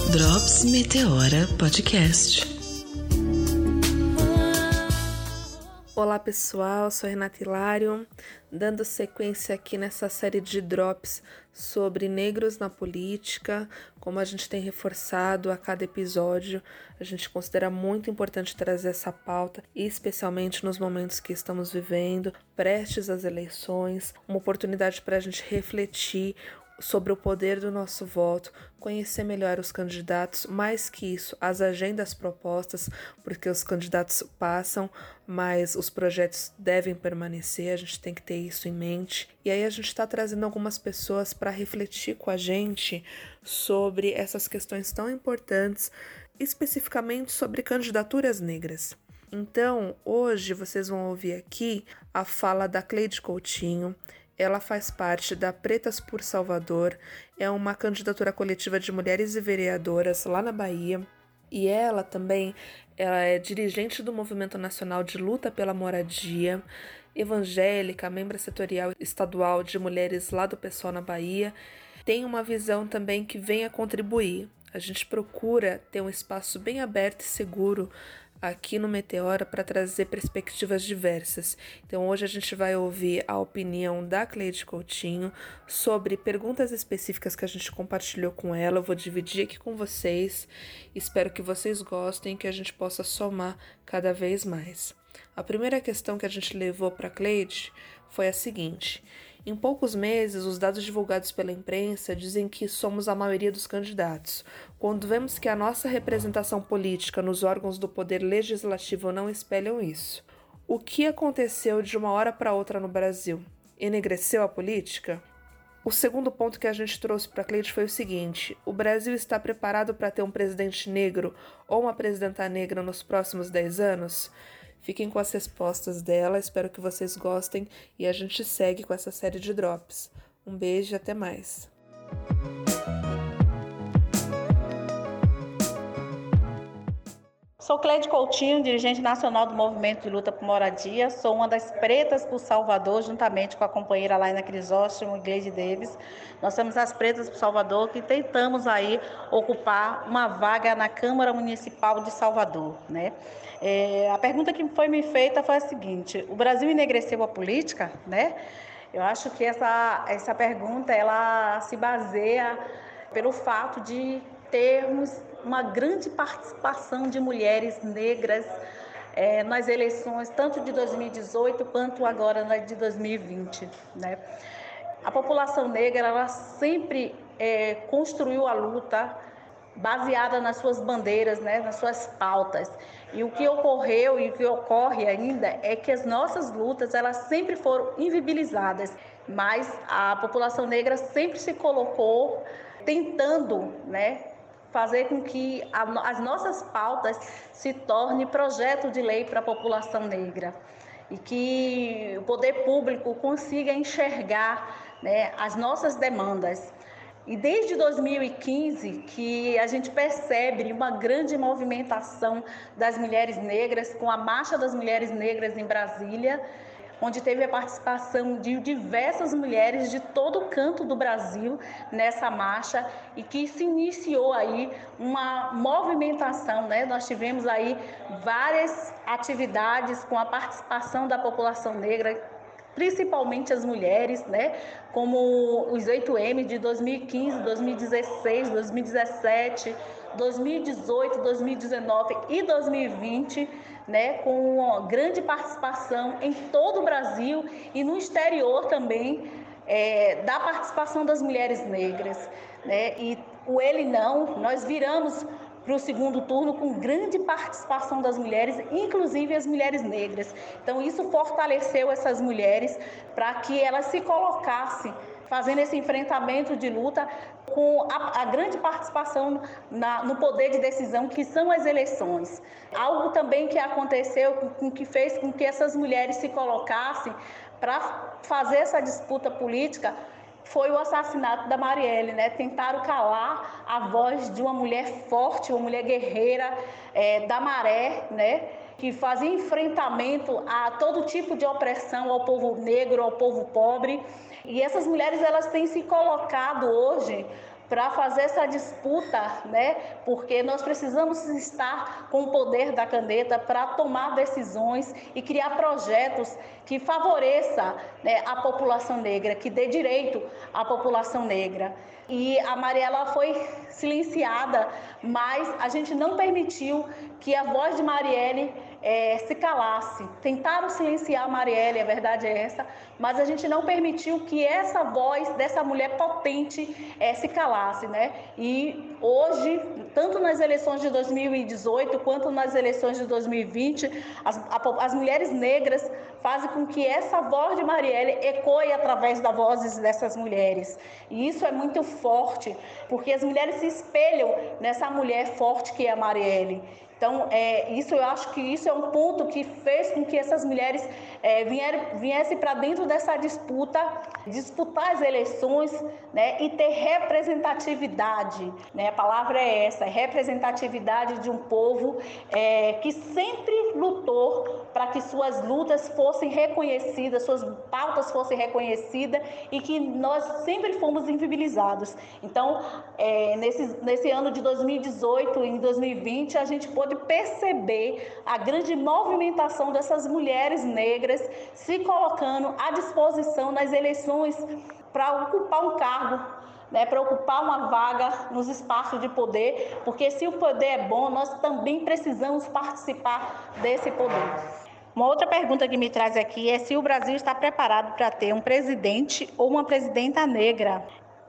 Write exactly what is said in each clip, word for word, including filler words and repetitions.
Drops Meteora Podcast. Olá pessoal, sou Renata Hilário, dando sequência aqui nessa série de drops sobre negros na política. Como a gente tem reforçado a cada episódio, a gente considera muito importante trazer essa pauta, especialmente nos momentos que estamos vivendo, prestes às eleições, uma oportunidade para a gente refletir sobre o poder do nosso voto, conhecer melhor os candidatos, mais que isso, as agendas propostas, porque os candidatos passam, mas os projetos devem permanecer, a gente tem que ter isso em mente. E aí a gente está trazendo algumas pessoas para refletir com a gente sobre essas questões tão importantes, especificamente sobre candidaturas negras. Então, hoje vocês vão ouvir aqui a fala da Cleide Coutinho. Ela faz parte da Pretas por Salvador, é uma candidatura coletiva de mulheres e vereadoras lá na Bahia. E ela também ela é dirigente do Movimento Nacional de Luta pela Moradia, evangélica, membro setorial estadual de mulheres lá do PSOL na Bahia. Tem uma visão também que vem a contribuir. A gente procura ter um espaço bem aberto e seguro aqui no Meteora para trazer perspectivas diversas. Então hoje a gente vai ouvir a opinião da Cleide Coutinho sobre perguntas específicas que a gente compartilhou com ela. Eu vou dividir aqui com vocês, espero que vocês gostem e que a gente possa somar cada vez mais. A primeira questão que a gente levou para a Cleide foi a seguinte: em poucos meses, os dados divulgados pela imprensa dizem que somos a maioria dos candidatos. Quando vemos que a nossa representação política nos órgãos do poder legislativo não espelham isso. O que aconteceu de uma hora para outra no Brasil? Enegreceu a política? O segundo ponto que a gente trouxe para a Cleide foi o seguinte: o Brasil está preparado para ter um presidente negro ou uma presidenta negra nos próximos dez anos? Fiquem com as respostas dela, espero que vocês gostem e a gente segue com essa série de drops. Um beijo e até mais. Sou Cleide Coutinho, dirigente nacional do Movimento de Luta por Moradia. Sou uma das Pretas por Salvador, juntamente com a companheira Laina Crisóstomo e Gleide Davis. Nós somos as Pretas por Salvador que tentamos aí ocupar uma vaga na Câmara Municipal de Salvador, né? É, a pergunta que foi me feita foi a seguinte: o Brasil enegreceu a política, né? Eu acho que essa, essa pergunta ela se baseia pelo fato de termos uma grande participação de mulheres negras é, nas eleições, tanto de dois mil e dezoito quanto agora na de dois mil e vinte, né? A população negra ela sempre é, construiu a luta baseada nas suas bandeiras, né, nas suas pautas. E o que ocorreu e o que ocorre ainda é que as nossas lutas elas sempre foram invisibilizadas, mas a população negra sempre se colocou tentando, né, fazer com que a, as nossas pautas se tornem projeto de lei para a população negra e que o poder público consiga enxergar, né, as nossas demandas. E desde dois mil e quinze que a gente percebe uma grande movimentação das mulheres negras, com a Marcha das Mulheres Negras em Brasília, onde teve a participação de diversas mulheres de todo o canto do Brasil nessa marcha e que se iniciou aí uma movimentação, né? Nós tivemos aí várias atividades com a participação da população negra, principalmente as mulheres, né? Como os oito eme de dois mil e quinze, dois mil e dezesseis, dois mil e dezessete, dois mil e dezoito, dois mil e dezenove e dois mil e vinte, né? Com uma grande participação em todo o Brasil e no exterior também, é, da participação das mulheres negras, né? E o Ele Não, nós viramos para o segundo turno com grande participação das mulheres, inclusive as mulheres negras. Então isso fortaleceu essas mulheres para que elas se colocassem fazendo esse enfrentamento de luta com a, a grande participação na, no poder de decisão que são as eleições. Algo também que aconteceu, com, que fez com que essas mulheres se colocassem para fazer essa disputa política, foi o assassinato da Marielle, né? Tentaram calar a voz de uma mulher forte, uma mulher guerreira, é, da Maré, né? Que fazia enfrentamento a todo tipo de opressão ao povo negro, ao povo pobre. E essas mulheres elas têm se colocado hoje para fazer essa disputa, né? Porque nós precisamos estar com o poder da caneta para tomar decisões e criar projetos que favoreça, né, a população negra, que dê direito à população negra. E a Marielle foi silenciada, mas a gente não permitiu que a voz de Marielle é, se calasse. Tentaram silenciar a Marielle, a verdade é essa, mas a gente não permitiu que essa voz dessa mulher potente é, se calasse, né? E hoje, tanto nas eleições de dois mil e dezoito quanto nas eleições de dois mil e vinte, as, a, as mulheres negras fazem com que essa voz de Marielle ecoe através das vozes dessas mulheres. E isso é muito forte, porque as mulheres se espelham nessa mulher forte que é a Marielle. Então, é, isso, eu acho que isso é um ponto que fez com que essas mulheres é, vier, viessem para dentro dessa disputa, disputar as eleições, né, e ter representatividade, né? A palavra é essa, representatividade de um povo é, que sempre lutou para que suas lutas fossem reconhecidas, suas pautas fossem reconhecidas e que nós sempre fomos invisibilizados. Então, é, nesse, nesse ano de dois mil e dezoito e em dois mil e vinte, a gente pôde perceber a grande movimentação dessas mulheres negras se colocando à disposição nas eleições para ocupar um cargo, né, para ocupar uma vaga nos espaços de poder, porque se o poder é bom, nós também precisamos participar desse poder. Uma outra pergunta que me traz aqui é se o Brasil está preparado para ter um presidente ou uma presidenta negra.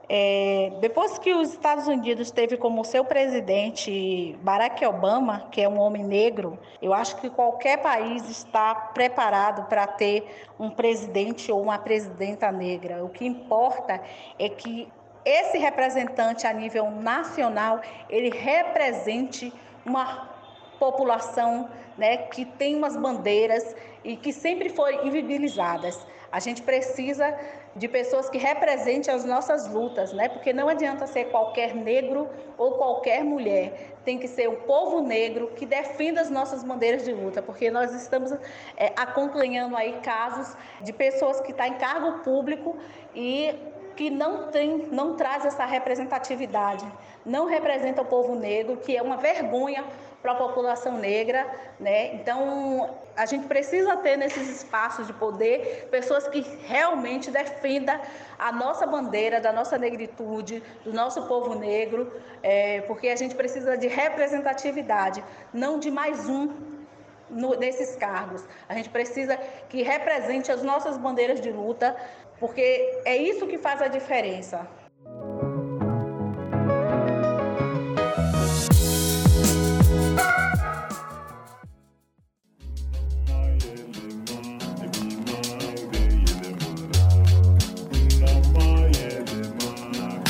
É, depois que os Estados Unidos teve como seu presidente Barack Obama, que é um homem negro, eu acho que qualquer país está preparado para ter um presidente ou uma presidenta negra. O que importa é que esse representante a nível nacional, ele represente uma população, né, que tem umas bandeiras e que sempre foram invisibilizadas. A gente precisa de pessoas que representem as nossas lutas, né? Porque não adianta ser qualquer negro ou qualquer mulher. Tem que ser o povo negro que defenda as nossas bandeiras de luta, porque nós estamos é, acompanhando aí casos de pessoas que estão em cargo público e que não tem, não traz essa representatividade, não representa o povo negro, que é uma vergonha para a população negra, né? Então, a gente precisa ter nesses espaços de poder pessoas que realmente defendam a nossa bandeira, da nossa negritude, do nosso povo negro, é, porque a gente precisa de representatividade, não de mais um no, nesses cargos. A gente precisa que represente as nossas bandeiras de luta, porque é isso que faz a diferença.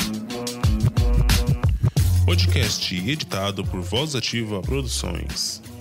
Podcast editado por Voz Ativa Produções.